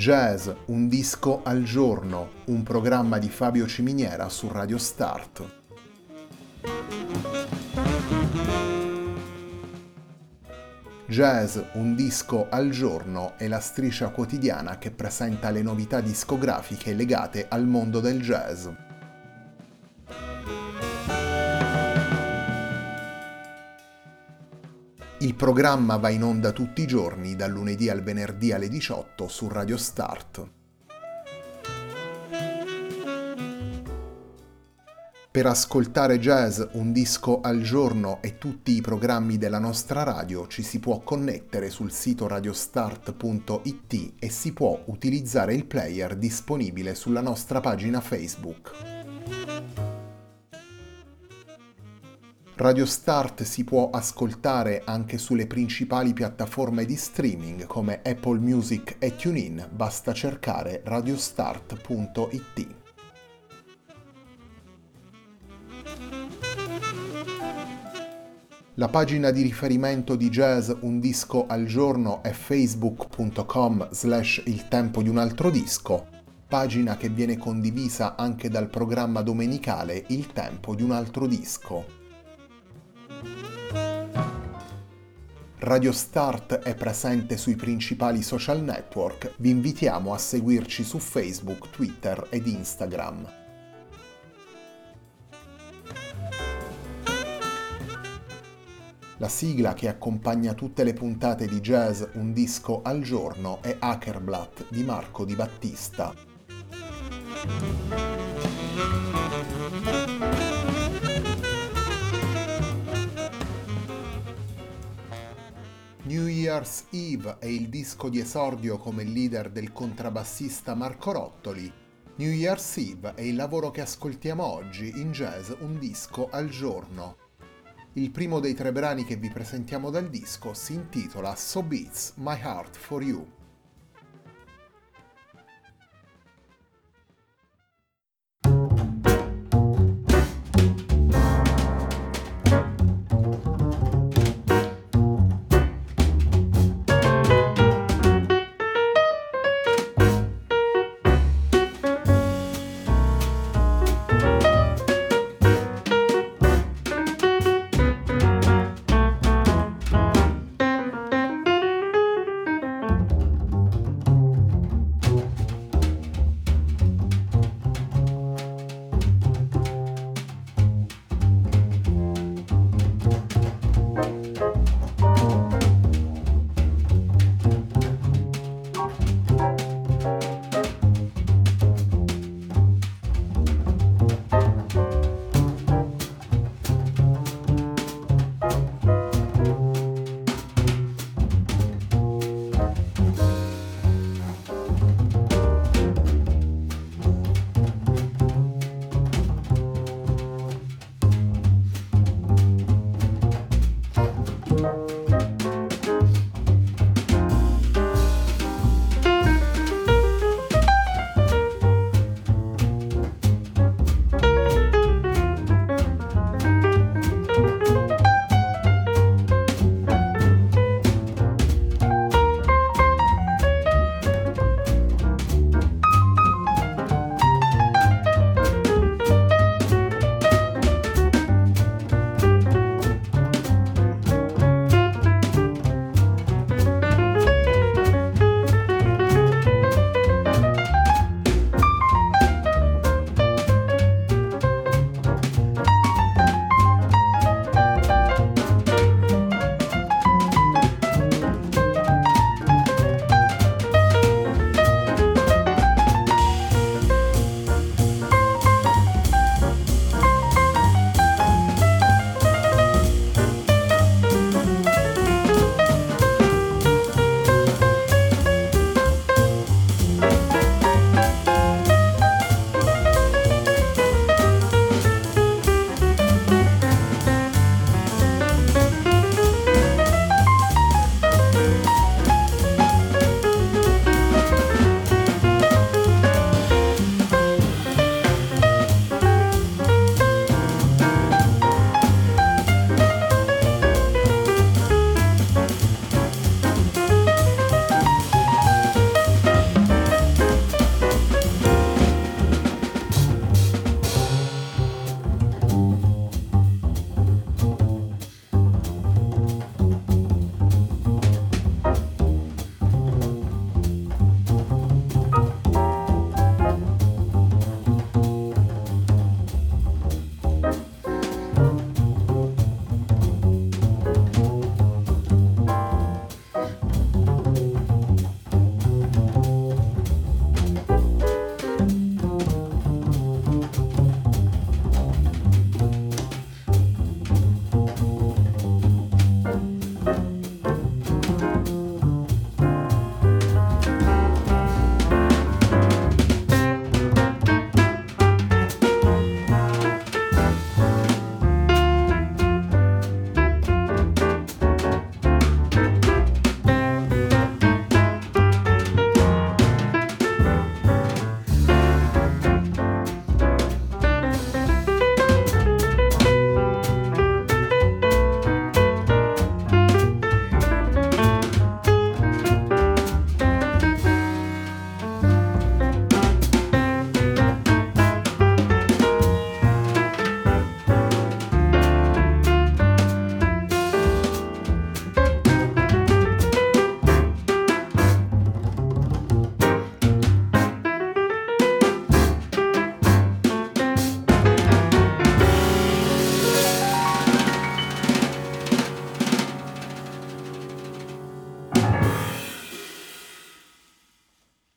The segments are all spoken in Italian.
Jazz, un disco al giorno, un programma di Fabio Ciminiera su Radio Start. Jazz, un disco al giorno è la striscia quotidiana che presenta le novità discografiche legate al mondo del jazz. Il programma va in onda tutti i giorni, dal lunedì al venerdì alle 18 su Radio Start. Per ascoltare Jazz, un disco al giorno e tutti i programmi della nostra radio ci si può connettere sul sito radiostart.it e si può utilizzare il player disponibile sulla nostra pagina Facebook. Radio Start si può ascoltare anche sulle principali piattaforme di streaming come Apple Music e TuneIn, basta cercare radiostart.it. La pagina di riferimento di Jazz Un Disco al Giorno è facebook.com/il tempo di un altro disco, pagina che viene condivisa anche dal programma domenicale Il tempo di un altro disco. Radio Start è presente sui principali social network, vi invitiamo a seguirci su Facebook, Twitter ed Instagram. La sigla che accompagna tutte le puntate di Jazz Un Disco al Giorno è Hackerblatt di Marco Di Battista. New Year's Eve è il disco di esordio come leader del contrabbassista Marco Rottoli. New Year's Eve è il lavoro che ascoltiamo oggi in Jazz Un Disco al Giorno. Il primo dei 3 brani che vi presentiamo dal disco si intitola So Beats My Heart for You.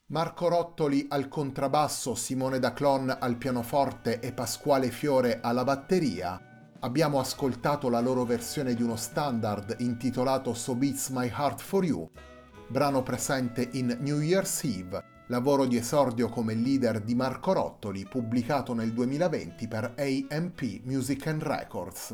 Marco Rottoli al contrabbasso, Simone Daclon al pianoforte e Pasquale Fiore alla batteria. Abbiamo ascoltato la loro versione di uno standard intitolato So Beats My Heart For You, brano presente in New Year's Eve, lavoro di esordio come leader di Marco Rottoli, pubblicato nel 2020 per A&P Music and Records.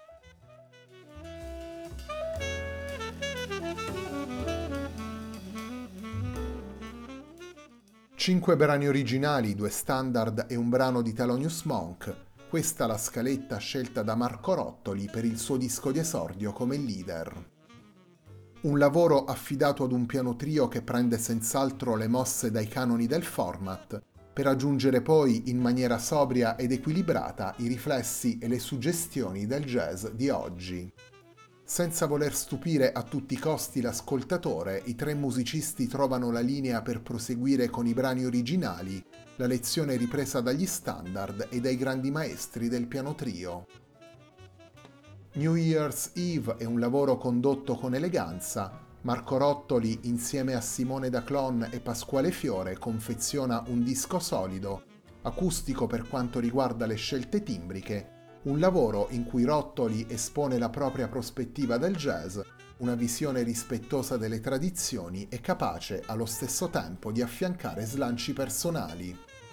Cinque brani originali, 2 standard e un brano di Thelonious Monk. Questa la scaletta scelta da Marco Rottoli per il suo disco di esordio come leader. Un lavoro affidato ad un piano trio che prende senz'altro le mosse dai canoni del format, per aggiungere poi in maniera sobria ed equilibrata i riflessi e le suggestioni del jazz di oggi. Senza voler stupire a tutti i costi l'ascoltatore, i 3 musicisti trovano la linea per proseguire con i brani originali, la lezione ripresa dagli standard e dai grandi maestri del piano trio. New Year's Eve è un lavoro condotto con eleganza. Marco Rottoli, insieme a Simone Daclon e Pasquale Fiore, confeziona un disco solido, acustico per quanto riguarda le scelte timbriche, un lavoro in cui Rottoli espone la propria prospettiva del jazz, una visione rispettosa delle tradizioni e capace allo stesso tempo di affiancare slanci personali.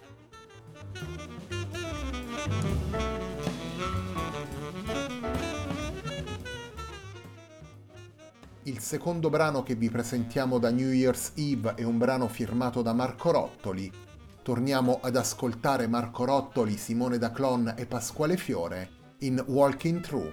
Il secondo brano che vi presentiamo da New Year's Eve è un brano firmato da Marco Rottoli. Torniamo ad ascoltare Marco Rottoli, Simone Daclon e Pasquale Fiore in Walking Through.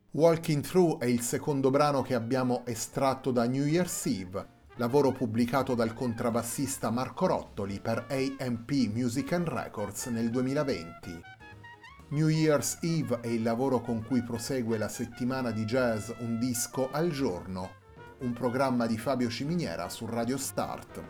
Walking Through è il secondo brano che abbiamo estratto da New Year's Eve, lavoro pubblicato dal contrabbassista Marco Rottoli per AMP Music and Records nel 2020. New Year's Eve è il lavoro con cui prosegue la settimana di jazz Un disco al giorno, un programma di Fabio Ciminiera su Radio Start.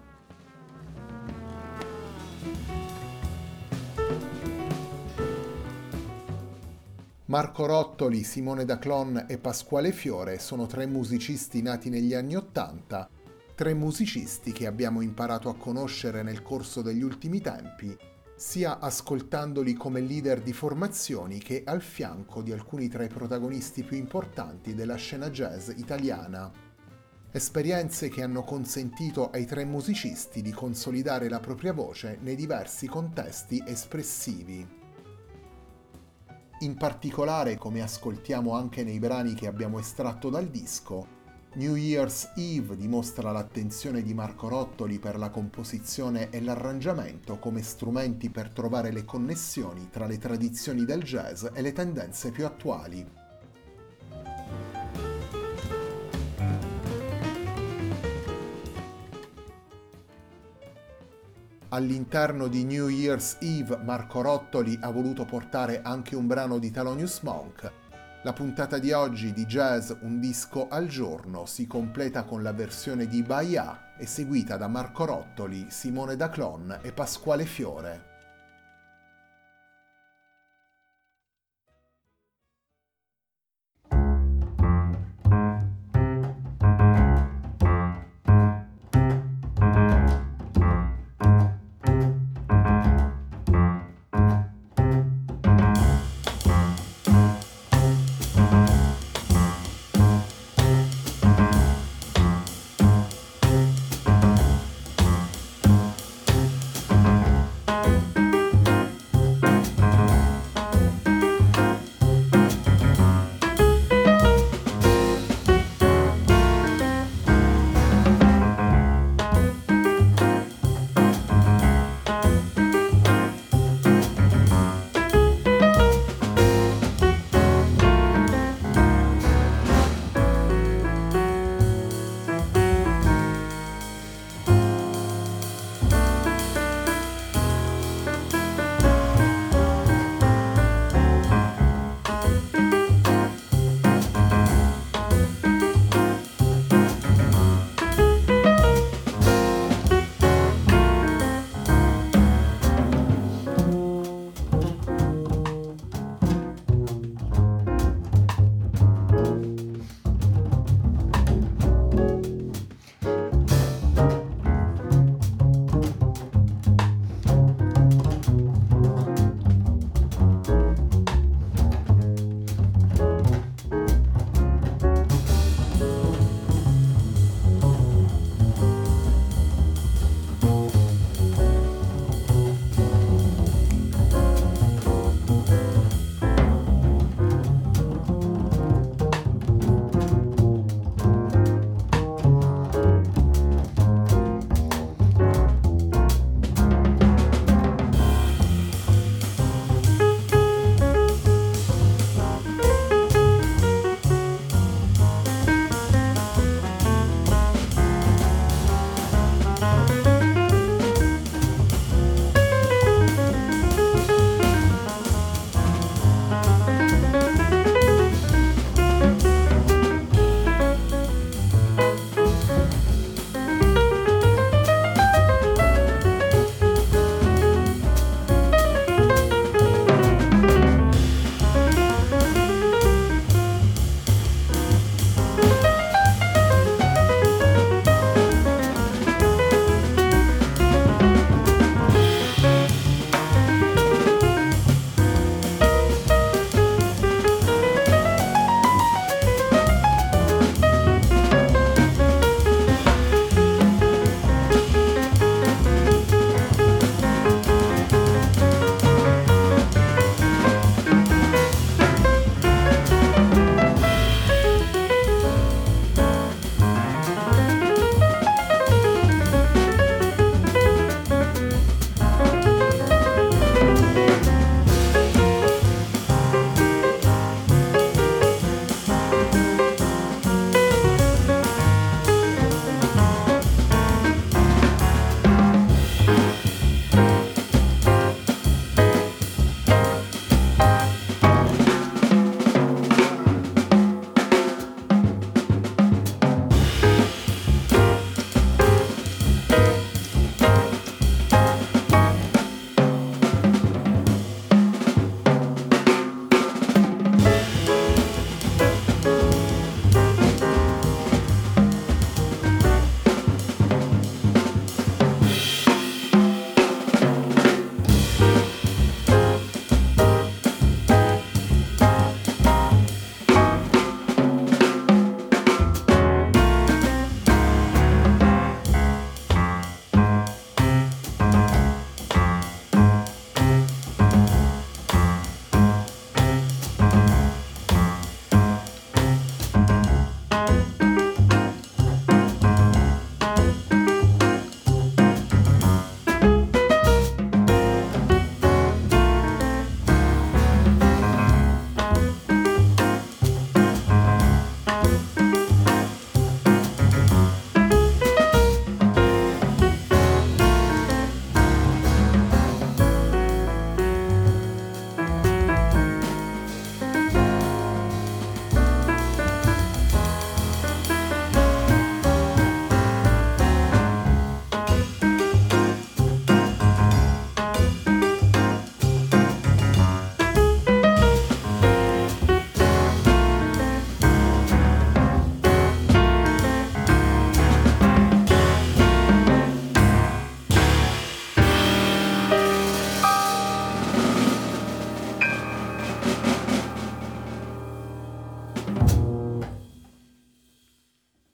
Marco Rottoli, Simone Daclon e Pasquale Fiore sono tre musicisti nati negli anni '80, tre musicisti che abbiamo imparato a conoscere nel corso degli ultimi tempi, sia ascoltandoli come leader di formazioni che al fianco di alcuni tra i protagonisti più importanti della scena jazz italiana. Esperienze che hanno consentito ai tre musicisti di consolidare la propria voce nei diversi contesti espressivi. In particolare, come ascoltiamo anche nei brani che abbiamo estratto dal disco, New Year's Eve dimostra l'attenzione di Marco Rottoli per la composizione e l'arrangiamento come strumenti per trovare le connessioni tra le tradizioni del jazz e le tendenze più attuali. All'interno di New Year's Eve Marco Rottoli ha voluto portare anche un brano di Thelonious Monk. La puntata di oggi di Jazz Un disco al giorno si completa con la versione di Bahia, eseguita da Marco Rottoli, Simone Daclon e Pasquale Fiore.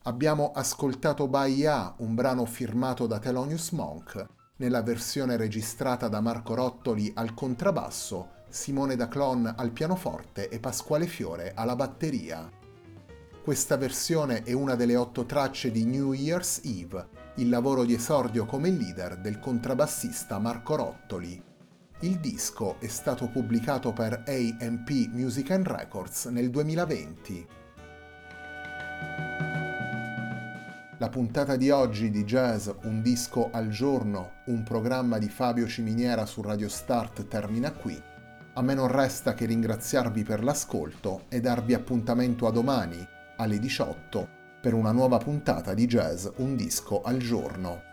Abbiamo ascoltato Bahia, un brano firmato da Thelonious Monk, nella versione registrata da Marco Rottoli al contrabbasso, Simone Daclon al pianoforte e Pasquale Fiore alla batteria. Questa versione è una delle 8 tracce di New Year's Eve, il lavoro di esordio come leader del contrabbassista Marco Rottoli. Il disco è stato pubblicato per A&P Music and Records nel 2020. La puntata di oggi di Jazz Un disco al giorno, un programma di Fabio Ciminiera su Radio Start termina qui. A me non resta che ringraziarvi per l'ascolto e darvi appuntamento a domani, alle 18, per una nuova puntata di Jazz Un disco al giorno.